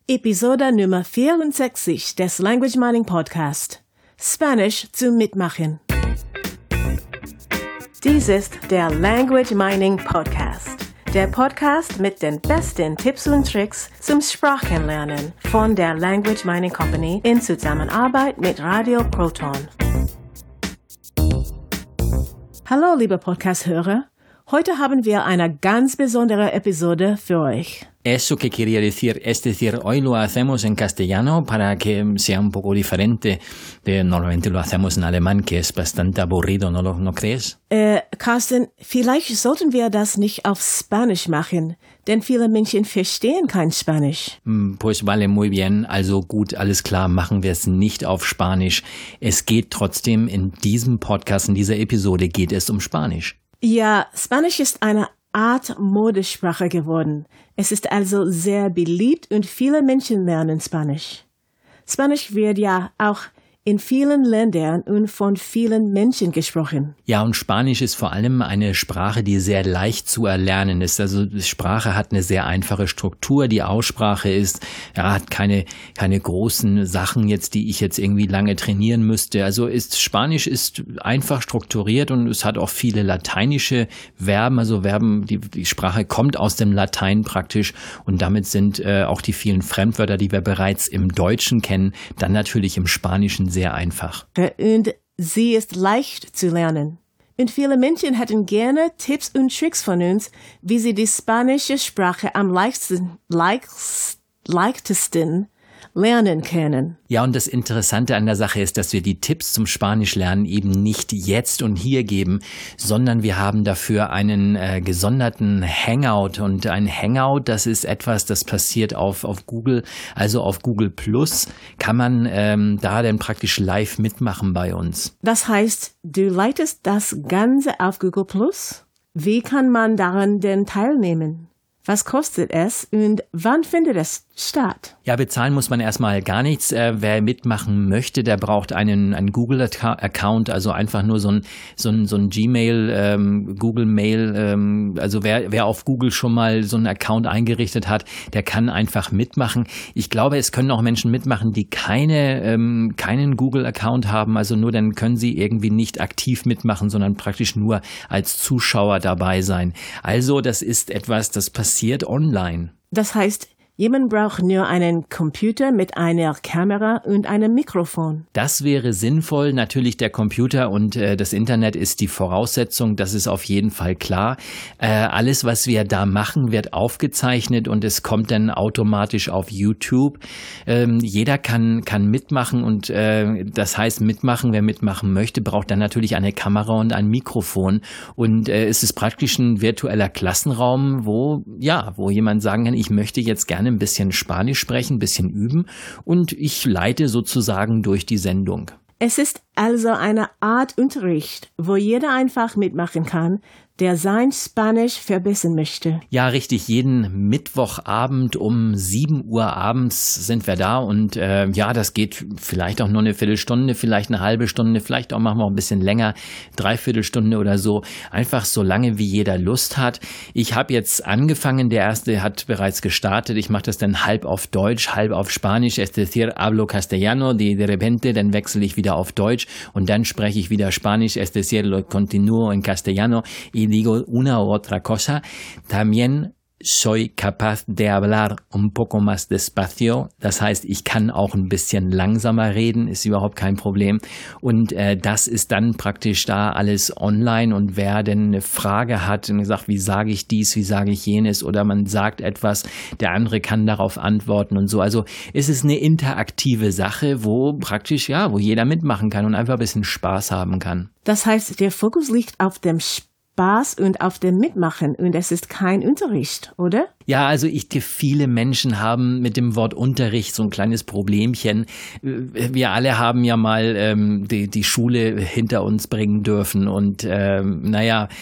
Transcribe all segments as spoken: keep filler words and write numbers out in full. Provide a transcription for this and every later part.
Episode Nummer vierundsechzig des Language Mining Podcast. Spanisch zum Mitmachen. Dies ist der Language Mining Podcast. Der Podcast mit den besten Tipps und Tricks zum Sprachenlernen von der Language Mining Company in Zusammenarbeit mit Radio Proton. Hallo, liebe Podcast-Hörer. Heute haben wir eine ganz besondere Episode für euch. Eso que quería decir, es decir, hoy lo hacemos en castellano para que sea un poco diferente de normalmente lo hacemos en alemán, que es bastante aburrido, ¿no lo no crees? Äh, Carsten, vielleicht sollten wir das nicht auf Spanisch machen, denn viele Menschen verstehen kein Spanisch. Pues vale, muy bien, also gut, alles klar, machen wir es nicht auf Spanisch. Es geht trotzdem in diesem Podcast, in dieser Episode geht es um Spanisch. Ja, Spanisch ist eine Art Modesprache geworden. Es ist also sehr beliebt und viele Menschen lernen Spanisch. Spanisch wird ja auch in vielen Ländern und von vielen Menschen gesprochen. Ja, und Spanisch ist vor allem eine Sprache, die sehr leicht zu erlernen ist. Also die Sprache hat eine sehr einfache Struktur. Die Aussprache ist, ja, hat keine, keine großen Sachen jetzt, die ich jetzt irgendwie lange trainieren müsste. Also ist, Spanisch ist einfach strukturiert und es hat auch viele lateinische Verben, also Verben, die, die Sprache kommt aus dem Latein praktisch und damit sind äh, auch die vielen Fremdwörter, die wir bereits im Deutschen kennen, dann natürlich im Spanischen sehr einfach. Und sie ist leicht zu lernen. Und viele Menschen hätten gerne Tipps und Tricks von uns, wie sie die spanische Sprache am leichtesten, leicht, leichtesten lernen können. Ja, und das Interessante an der Sache ist, dass wir die Tipps zum Spanischlernen eben nicht jetzt und hier geben, sondern wir haben dafür einen äh, gesonderten Hangout. Und ein Hangout, das ist etwas, das passiert auf, auf Google, also auf Google Plus, kann man ähm, da dann praktisch live mitmachen bei uns. Das heißt, du leitest das Ganze auf Google Plus? Wie kann man daran denn teilnehmen? Was kostet es und wann findet es statt? Ja, bezahlen muss man erstmal gar nichts. Äh, wer mitmachen möchte, der braucht einen, einen Google-Account, also einfach nur so ein, so ein, so ein Gmail, ähm, Google-Mail. Ähm, also wer, wer auf Google schon mal so einen Account eingerichtet hat, der kann einfach mitmachen. Ich glaube, es können auch Menschen mitmachen, die keine, ähm, keinen Google-Account haben. Also nur dann können sie irgendwie nicht aktiv mitmachen, sondern praktisch nur als Zuschauer dabei sein. Also das ist etwas, das passiert online. Das heißt, jemand braucht nur einen Computer mit einer Kamera und einem Mikrofon. Das wäre sinnvoll. Natürlich der Computer und äh, das Internet ist die Voraussetzung. Das ist auf jeden Fall klar. Äh, alles, was wir da machen, wird aufgezeichnet und es kommt dann automatisch auf YouTube. Ähm, jeder kann kann mitmachen und äh, das heißt mitmachen, wer mitmachen möchte, braucht dann natürlich eine Kamera und ein Mikrofon. Und äh, es ist praktisch ein virtueller Klassenraum, wo ja, wo jemand sagen kann, ich möchte jetzt gerne ein bisschen Spanisch sprechen, ein bisschen üben und ich leite sozusagen durch die Sendung. Es ist also eine Art Unterricht, wo jeder einfach mitmachen kann, der sein Spanisch verbessern möchte. Ja, richtig. Jeden Mittwochabend um sieben Uhr abends sind wir da und äh, ja, das geht vielleicht auch nur eine Viertelstunde, vielleicht eine halbe Stunde, vielleicht auch machen wir auch ein bisschen länger, Dreiviertelstunde oder so. Einfach so lange, wie jeder Lust hat. Ich habe jetzt angefangen, der erste hat bereits gestartet. Ich mache das dann halb auf Deutsch, halb auf Spanisch. Es decir, hablo castellano, de, de repente, dann wechsle ich wieder auf Deutsch und dann spreche ich wieder Spanisch. Es decir, lo continuo en castellano y digo una u otra cosa, también soy capaz de hablar un poco más despacio. Das heißt, ich kann auch ein bisschen langsamer reden, ist überhaupt kein Problem. Und äh, das ist dann praktisch da alles online. Und wer denn eine Frage hat und sagt, wie sage ich dies, wie sage ich jenes, oder man sagt etwas, der andere kann darauf antworten und so. Also es ist eine interaktive Sache, wo praktisch, ja, wo jeder mitmachen kann und einfach ein bisschen Spaß haben kann. Das heißt, der Fokus liegt auf dem Spaß und auf dem Mitmachen und es ist kein Unterricht, oder? Ja, also ich, viele Menschen haben mit dem Wort Unterricht so ein kleines Problemchen. Wir alle haben ja mal ähm, die, die Schule hinter uns bringen dürfen und ähm, naja,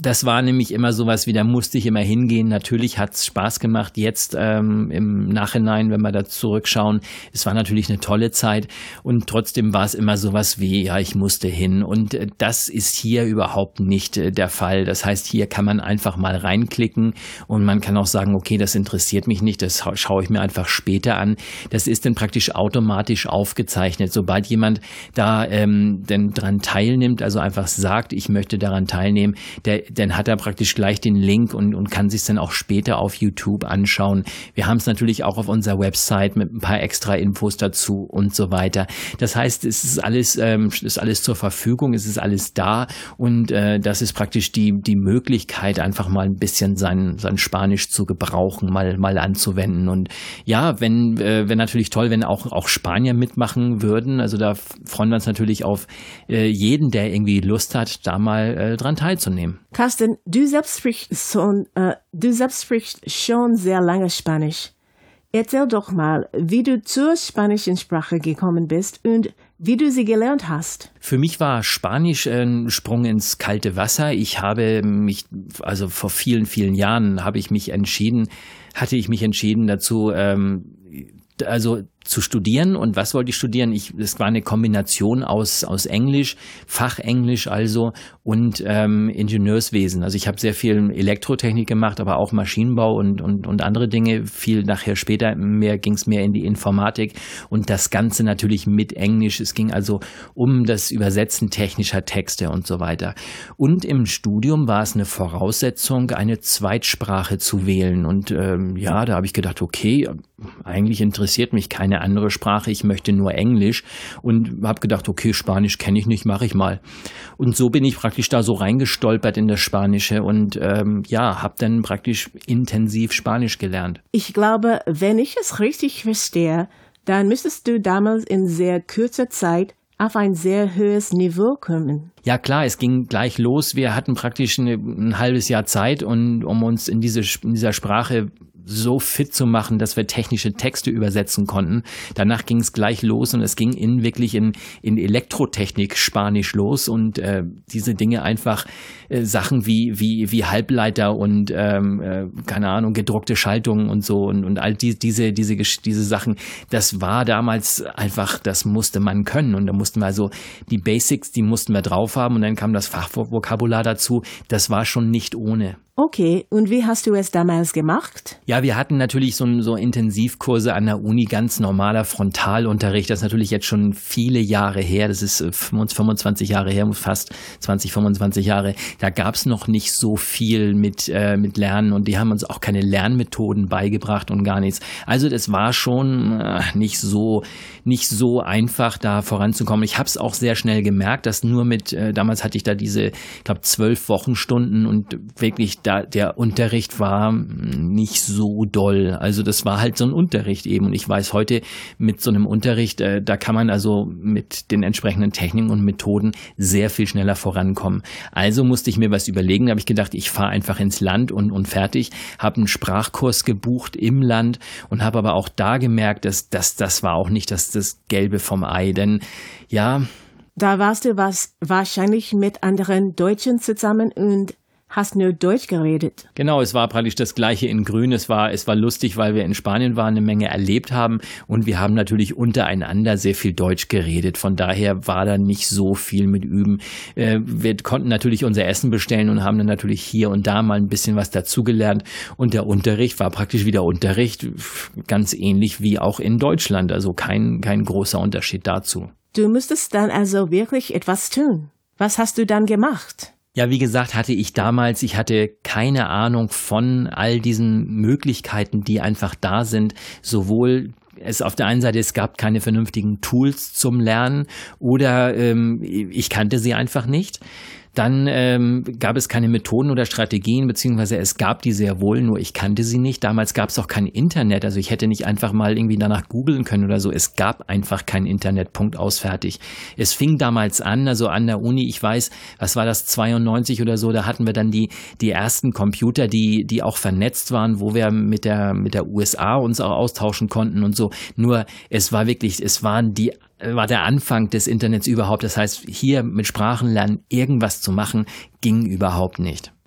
Das war nämlich immer sowas wie, da musste ich immer hingehen. Natürlich hat's Spaß gemacht. Jetzt ähm, im Nachhinein, wenn wir da zurückschauen, es war natürlich eine tolle Zeit und trotzdem war es immer sowas wie, ja, ich musste hin. Und äh, das ist hier überhaupt nicht äh, der Fall. Das heißt, hier kann man einfach mal reinklicken und man kann auch sagen, okay, das interessiert mich nicht, das schaue ich mir einfach später an. Das ist dann praktisch automatisch aufgezeichnet. Sobald jemand da ähm, denn dran teilnimmt, also einfach sagt, ich möchte daran teilnehmen, der dann hat er praktisch gleich den Link und, und kann sich dann auch später auf YouTube anschauen. Wir haben es natürlich auch auf unserer Website mit ein paar extra Infos dazu und so weiter. Das heißt, es ist alles, ähm, ist alles zur Verfügung, es ist alles da und äh, das ist praktisch die, die Möglichkeit, einfach mal ein bisschen sein, sein Spanisch zu gebrauchen, mal, mal anzuwenden. Und ja, wenn, äh, wäre natürlich toll, wenn auch, auch Spanier mitmachen würden. Also da freuen wir uns natürlich auf äh, jeden, der irgendwie Lust hat, da mal äh, dran teilzunehmen. Carsten, du selbst sprichst schon, äh, du selbst sprichst schon sehr lange Spanisch. Erzähl doch mal, wie du zur spanischen Sprache gekommen bist und wie du sie gelernt hast. Für mich war Spanisch ein Sprung ins kalte Wasser. Ich habe mich, also vor vielen, vielen Jahren habe ich mich entschieden, hatte ich mich entschieden dazu, ähm, also zu studieren. Und was wollte ich studieren? Ich, es war eine Kombination aus aus Englisch, Fachenglisch also und ähm, Ingenieurswesen. Also ich habe sehr viel Elektrotechnik gemacht, aber auch Maschinenbau und und und andere Dinge. Viel nachher später mehr ging es mehr in die Informatik und das Ganze natürlich mit Englisch. Es ging also um das Übersetzen technischer Texte und so weiter. Und im Studium war es eine Voraussetzung, eine Zweitsprache zu wählen. Und ähm, ja, da habe ich gedacht, okay, eigentlich interessiert mich keine andere Sprache, ich möchte nur Englisch und habe gedacht, okay, Spanisch kenne ich nicht, mache ich mal. Und so bin ich praktisch da so reingestolpert in das Spanische und ähm, ja, habe dann praktisch intensiv Spanisch gelernt. Ich glaube, wenn ich es richtig verstehe, dann müsstest du damals in sehr kurzer Zeit auf ein sehr hohes Niveau kommen. Ja klar, es ging gleich los. Wir hatten praktisch eine, ein halbes Jahr Zeit, und um uns in, diese, in dieser Sprache so fit zu machen, dass wir technische Texte übersetzen konnten. Danach ging es gleich los und es ging in wirklich in, in Elektrotechnik Spanisch los und äh, diese Dinge einfach äh, Sachen wie wie wie Halbleiter und ähm, äh, keine Ahnung, gedruckte Schaltungen und so und und all die, diese diese diese Sachen, das war damals einfach, das musste man können und da mussten wir also die Basics, die mussten wir drauf haben und dann kam das Fachvokabular dazu. Das war schon nicht ohne. Okay, und wie hast du es damals gemacht? Ja, wir hatten natürlich so, so Intensivkurse an der Uni, ganz normaler Frontalunterricht. Das ist natürlich jetzt schon viele Jahre her. Das ist fünfundzwanzig Jahre her, fast zwanzig, fünfundzwanzig Jahre. Da gab's noch nicht so viel mit, äh, mit Lernen und die haben uns auch keine Lernmethoden beigebracht und gar nichts. Also das war schon äh, nicht so nicht so einfach, da voranzukommen. Ich habe es auch sehr schnell gemerkt, dass nur mit, äh, damals hatte ich da diese, ich glaube, zwölf Wochenstunden und wirklich da der Unterricht war nicht so doll. Also das war halt so ein Unterricht eben. Und ich weiß heute, mit so einem Unterricht, äh, da kann man also mit den entsprechenden Techniken und Methoden sehr viel schneller vorankommen. Also musste ich mir was überlegen. Da habe ich gedacht, ich fahre einfach ins Land und, und fertig. Habe einen Sprachkurs gebucht im Land und habe aber auch da gemerkt, dass, dass das war auch nicht das, das Gelbe vom Ei. Denn ja... Da warst du was wahrscheinlich mit anderen Deutschen zusammen und hast nur Deutsch geredet. Genau, es war praktisch das Gleiche in Grün. Es war, es war lustig, weil wir in Spanien waren, eine Menge erlebt haben und wir haben natürlich untereinander sehr viel Deutsch geredet. Von daher war da nicht so viel mit Üben. Äh, wir konnten natürlich unser Essen bestellen und haben dann natürlich hier und da mal ein bisschen was dazugelernt. Und der Unterricht war praktisch wie der Unterricht, ganz ähnlich wie auch in Deutschland. Also kein, kein großer Unterschied dazu. Du müsstest dann also wirklich etwas tun. Was hast du dann gemacht? Ja, wie gesagt, hatte ich damals, ich hatte keine Ahnung von all diesen Möglichkeiten, die einfach da sind, sowohl es auf der einen Seite, es gab keine vernünftigen Tools zum Lernen oder ähm, ich kannte sie einfach nicht. Dann ähm, gab es keine Methoden oder Strategien, beziehungsweise es gab die sehr wohl, nur ich kannte sie nicht. Damals gab es auch kein Internet, also ich hätte nicht einfach mal irgendwie danach googeln können oder so. Es gab einfach kein Internet, Punkt, aus, fertig. Es fing damals an, also an der Uni, ich weiß, was war das, zweiundneunzig oder so, da hatten wir dann die die ersten Computer, die die auch vernetzt waren, wo wir mit der mit der U S A uns auch austauschen konnten und so. Nur es war wirklich, es waren die war der Anfang des Internets überhaupt. Das heißt, hier mit Sprachenlernen irgendwas zu machen, ging überhaupt nicht.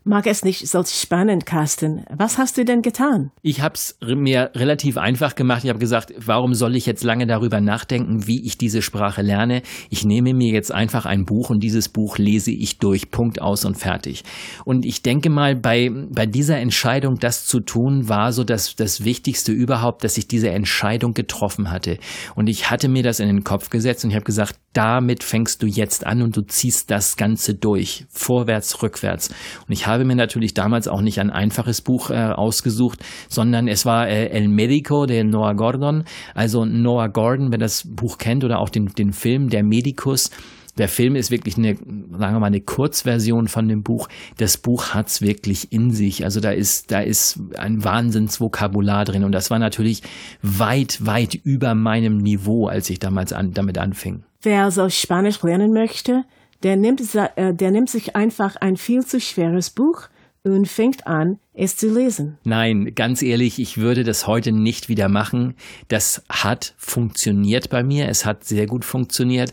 mag es nicht so spannend, Carsten. Was hast du denn getan? Ich habe es mir relativ einfach gemacht. Ich habe gesagt, warum soll ich jetzt lange darüber nachdenken, wie ich diese Sprache lerne? Ich nehme mir jetzt einfach ein Buch und dieses Buch lese ich durch. Punkt, aus und fertig. Und ich denke mal, bei, bei dieser Entscheidung, das zu tun, war so das, das Wichtigste überhaupt, dass ich diese Entscheidung getroffen hatte. Und ich hatte mir das in den Kopf gesetzt und ich habe gesagt, damit fängst du jetzt an und du ziehst das Ganze durch. Vorwärts, rückwärts. Und ich habe mir natürlich damals auch nicht ein einfaches Buch äh, ausgesucht, sondern es war äh, El Médico de Noah Gordon. Also Noah Gordon, wer das Buch kennt oder auch den, den Film, der Medikus. Der Film ist wirklich eine, sagen wir mal, eine Kurzversion von dem Buch. Das Buch hat's wirklich in sich. Also da ist, da ist ein Wahnsinnsvokabular drin. Und das war natürlich weit, weit über meinem Niveau, als ich damals an, damit anfing. Wer also Spanisch lernen möchte, der nimmt, der nimmt sich einfach ein viel zu schweres Buch und fängt an, es zu lesen. Nein, ganz ehrlich, ich würde das heute nicht wieder machen. Das hat funktioniert bei mir. Es hat sehr gut funktioniert.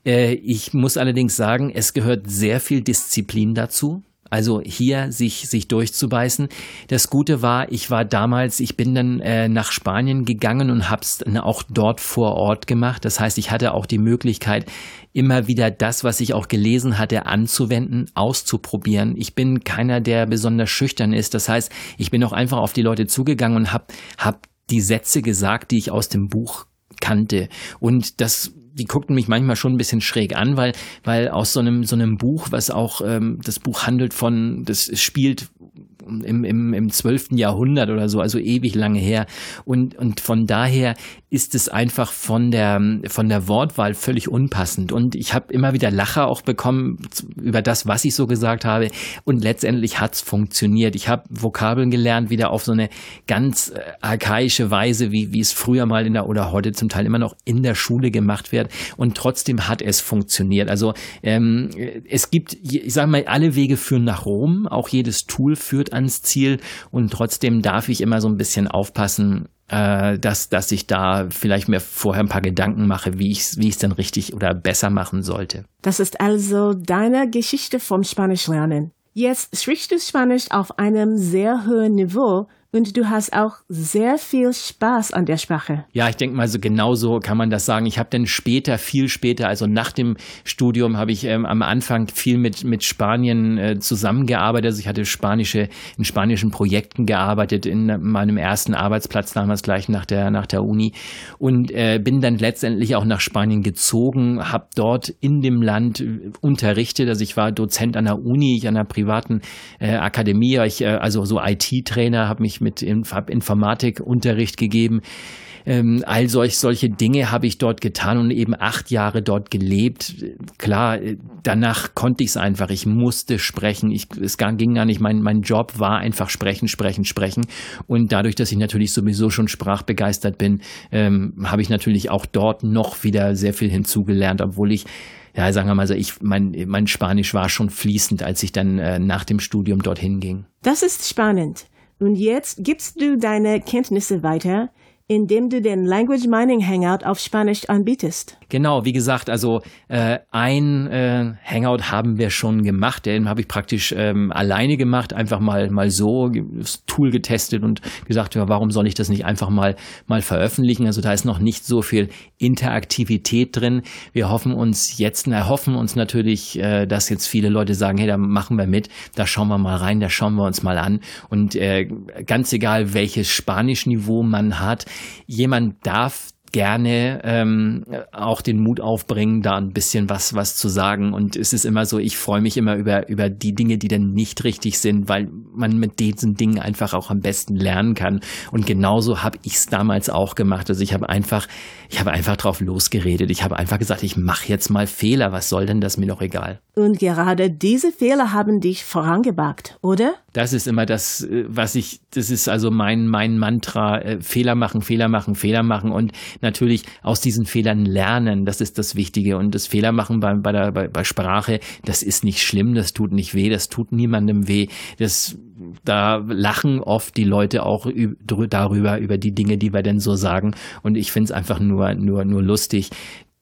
Ich muss allerdings sagen, es gehört sehr viel Disziplin dazu. Also hier sich sich durchzubeißen. Das Gute war, ich war damals, ich bin dann äh, nach Spanien gegangen und hab's dann auch dort vor Ort gemacht. Das heißt, ich hatte auch die Möglichkeit, immer wieder das, was ich auch gelesen hatte, anzuwenden, auszuprobieren. Ich bin keiner, der besonders schüchtern ist. Das heißt, ich bin auch einfach auf die Leute zugegangen und hab hab die Sätze gesagt, die ich aus dem Buch kannte. Und das Die guckten mich manchmal schon ein bisschen schräg an, weil weil aus so einem so einem Buch, was auch ähm, das Buch handelt von, das spielt im im im zwölften Jahrhundert oder so, also ewig lange her, und und von daher ist es einfach von der von der Wortwahl völlig unpassend, und ich habe immer wieder Lacher auch bekommen über das, was ich so gesagt habe, und letztendlich hat's funktioniert. Ich habe Vokabeln gelernt, wieder auf so eine ganz äh, archaische Weise, wie wie es früher mal in der oder heute zum Teil immer noch in der Schule gemacht wird, und trotzdem hat es funktioniert. Also ähm, es gibt, ich sage mal, alle Wege führen nach Rom, auch jedes Tool führt ans Ziel, und trotzdem darf ich immer so ein bisschen aufpassen, äh, dass dass ich da vielleicht mir vorher ein paar Gedanken mache, wie ich wie ich es dann richtig oder besser machen sollte. Das ist also deine Geschichte vom Spanischlernen. Jetzt sprichst du Spanisch auf einem sehr hohen Niveau. Und du hast auch sehr viel Spaß an der Sprache. Ja, ich denke mal, so genauso kann man das sagen. Ich habe dann später, viel später, also nach dem Studium, habe ich ähm, am Anfang viel mit mit Spanien äh, zusammengearbeitet. Also ich hatte spanische in spanischen Projekten gearbeitet in meinem ersten Arbeitsplatz damals gleich nach der nach der Uni, und äh, bin dann letztendlich auch nach Spanien gezogen, habe dort in dem Land unterrichtet. Also ich war Dozent an der Uni, ich an einer privaten äh, Akademie, ich äh, also so I T-Trainer, habe mich mit hab Informatikunterricht gegeben. Ähm, all solch, solche Dinge habe ich dort getan und eben acht Jahre dort gelebt. Klar, danach konnte ich es einfach. Ich musste sprechen. Ich, es ging gar nicht. Mein, mein Job war einfach sprechen, sprechen, sprechen. Und dadurch, dass ich natürlich sowieso schon sprachbegeistert bin, ähm, habe ich natürlich auch dort noch wieder sehr viel hinzugelernt, obwohl ich, ja, sagen wir mal so, ich, mein, mein Spanisch war schon fließend, als ich dann äh, nach dem Studium dorthin ging. Das ist spannend. Und jetzt gibst du deine Kenntnisse weiter, indem du den Language Mining Hangout auf Spanisch anbietest. Genau, wie gesagt, also äh, ein äh, Hangout haben wir schon gemacht, den habe ich praktisch ähm, alleine gemacht, einfach mal mal so das Tool getestet und gesagt, ja, warum soll ich das nicht einfach mal mal veröffentlichen? Also da ist noch nicht so viel Interaktivität drin. Wir hoffen uns jetzt, erhoffen uns natürlich, äh, dass jetzt viele Leute sagen, hey, da machen wir mit, da schauen wir mal rein, da schauen wir uns mal an, und äh, ganz egal, welches Spanischniveau man hat, jemand darf gerne ähm, auch den Mut aufbringen, da ein bisschen was was zu sagen. Und es ist immer so, ich freue mich immer über über die Dinge, die dann nicht richtig sind, weil man mit diesen Dingen einfach auch am besten lernen kann. Und genauso habe ich es damals auch gemacht. Also ich habe einfach, ich habe einfach drauf losgeredet. Ich habe einfach gesagt, ich mache jetzt mal Fehler. Was soll denn das, mir doch egal. Und gerade diese Fehler haben dich vorangebracht, oder? Das ist immer das, was ich, das ist also mein mein Mantra, äh, Fehler machen, Fehler machen, Fehler machen und natürlich aus diesen Fehlern lernen, das ist das Wichtige. Und das Fehlermachen bei, bei, der, bei, bei Sprache, das ist nicht schlimm, das tut nicht weh, das tut niemandem weh. Das, da lachen oft die Leute auch darüber, über die Dinge, die wir denn so sagen. Und ich finde es einfach nur, nur, nur lustig.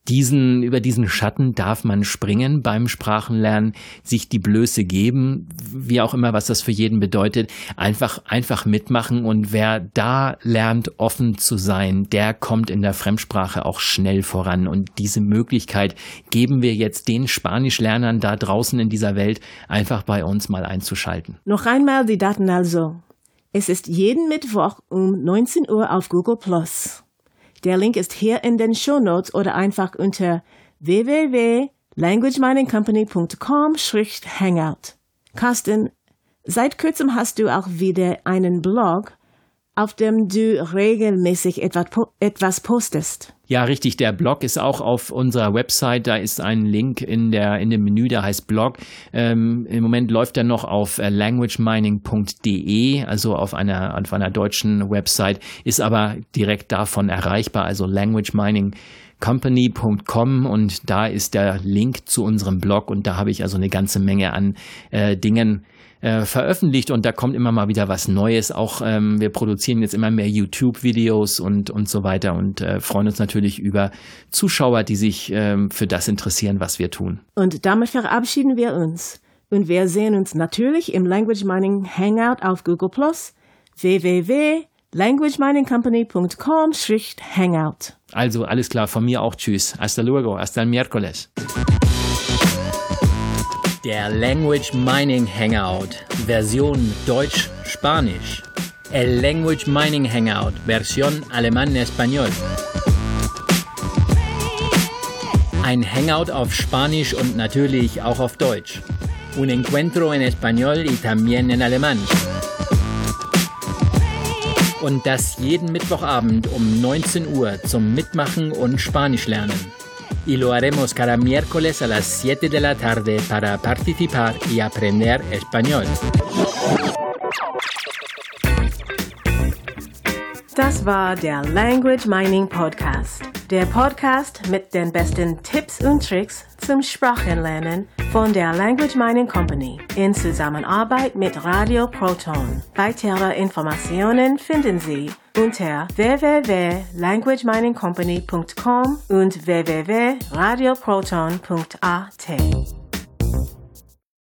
diesen, über diesen Schatten darf man springen beim Sprachenlernen, sich die Blöße geben, wie auch immer, was das für jeden bedeutet, einfach, einfach mitmachen. Und wer da lernt, offen zu sein, der kommt in der Fremdsprache auch schnell voran. Und diese Möglichkeit geben wir jetzt den Spanischlernern da draußen in dieser Welt, einfach bei uns mal einzuschalten. Noch einmal die Daten also. Es ist jeden Mittwoch um neunzehn Uhr auf Google Plus. Der Link ist hier in den Shownotes oder einfach unter w w w punkt language mining company punkt com slash hangout. Carsten, seit kurzem hast du auch wieder einen Blog, auf dem du regelmäßig etwas postest. Ja, richtig. Der Blog ist auch auf unserer Website. Da ist ein Link in der in dem Menü, der heißt Blog. Ähm, Im Moment läuft er noch auf äh, language mining punkt d e, also auf einer auf einer deutschen Website, ist aber direkt davon erreichbar, also language mining company punkt com, und da ist der Link zu unserem Blog, und da habe ich also eine ganze Menge an äh, Dingen Äh, veröffentlicht, und da kommt immer mal wieder was Neues. Auch ähm, wir produzieren jetzt immer mehr YouTube-Videos und, und so weiter und äh, freuen uns natürlich über Zuschauer, die sich ähm, für das interessieren, was wir tun. Und damit verabschieden wir uns. Und wir sehen uns natürlich im Language Mining Hangout auf Google Plus, w w w punkt language mining company punkt com slash hangout. Also alles klar, von mir auch tschüss. Hasta luego, hasta el miércoles. Der Language Mining Hangout, Version Deutsch-Spanisch. El Language Mining Hangout, Versión Alemán-Español. Ein Hangout auf Spanisch und natürlich auch auf Deutsch. Un encuentro en español y también en alemán. Und das jeden Mittwochabend um neunzehn Uhr zum Mitmachen und Spanisch lernen. Y lo haremos cada miércoles a las siete de la tarde para participar y aprender español. Das war der Language Mining Podcast. Der Podcast mit den besten Tipps und Tricks zum Sprachenlernen von der Language Mining Company in Zusammenarbeit mit Radio Proton. Weitere Informationen finden Sie unter w w w punkt language mining company punkt com und w w w punkt radio proton punkt a t.